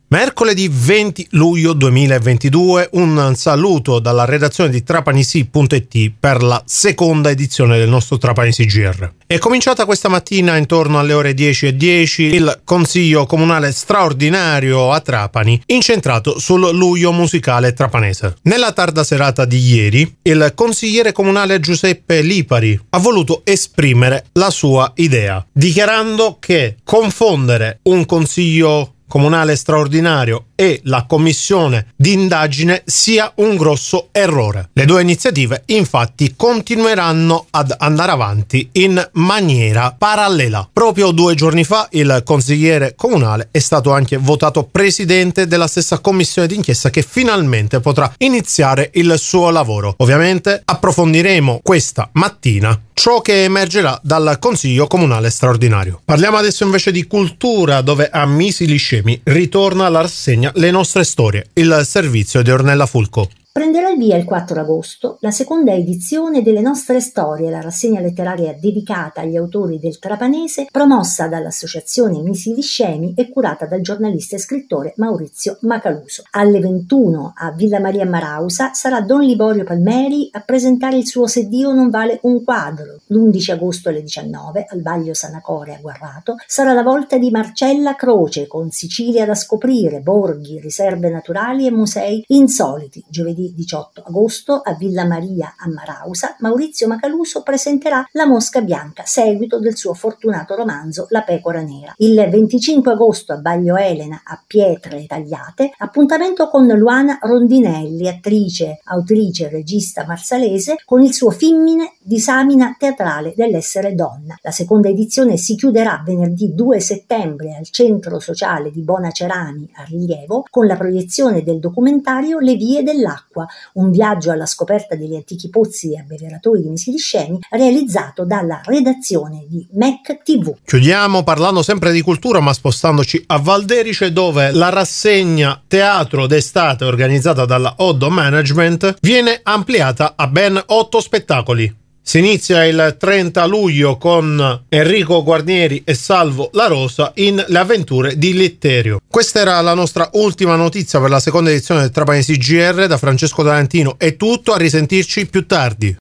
Mercoledì 20 luglio 2022, un saluto dalla redazione di trapanisi.it per la seconda edizione del nostro Trapanisi GR. È cominciata questa mattina intorno alle ore 10:10 il Consiglio Comunale straordinario a Trapani, incentrato sul luglio musicale trapanese. Nella tarda serata di ieri, il consigliere comunale Giuseppe Lipari ha voluto esprimere la sua idea, dichiarando che confondere un Consiglio Comunale straordinario e la commissione di indagine sia un grosso errore. Le due iniziative infatti continueranno ad andare avanti in maniera parallela. Proprio 2 giorni fa il consigliere comunale è stato anche votato presidente della stessa commissione d'inchiesta che finalmente potrà iniziare il suo lavoro. Ovviamente approfondiremo questa mattina ciò che emergerà dal Consiglio Comunale straordinario. Parliamo adesso invece di cultura, dove a Misi Liscemi ritorna la rassegna Le nostre storie, il servizio di Ornella Fulco. Prenderà il via il 4 agosto la seconda edizione delle nostre storie, la rassegna letteraria dedicata agli autori del trapanese, promossa dall'associazione Misi Liscemi e curata dal giornalista e scrittore Maurizio Macaluso. Alle 21 a Villa Maria Marausa sarà Don Liborio Palmeri a presentare il suo Se Dio non vale un quadro. L'11 agosto alle 19 al Vaglio Sanacore a Guarrato sarà la volta di Marcella Croce con Sicilia da scoprire, borghi, riserve naturali e musei insoliti. Giovedì 18 agosto a Villa Maria a Marausa Maurizio Macaluso presenterà La Mosca Bianca, seguito del suo fortunato romanzo La Pecora Nera. Il 25 agosto a Baglio Elena a Pietre Tagliate appuntamento con Luana Rondinelli, attrice, autrice, regista marsalese, con il suo Fimmine, disamina teatrale dell'essere donna. La seconda edizione si chiuderà venerdì 2 settembre al Centro Sociale di Bonacerani a Rilievo con la proiezione del documentario Le Vie dell'Acqua, un viaggio alla scoperta degli antichi pozzi e abbeveratori di Misi Liscemi, realizzato dalla redazione di MEC TV. Chiudiamo parlando sempre di cultura, ma spostandoci a Valderice, dove la rassegna Teatro d'estate organizzata dalla Oddo Management viene ampliata a ben 8 spettacoli. Si inizia il 30 luglio con Enrico Guarnieri e Salvo La Rosa in Le avventure di Litterio. Questa era la nostra ultima notizia per la seconda edizione del Trapanisi GR. Da Francesco Tarantino è tutto, a risentirci più tardi.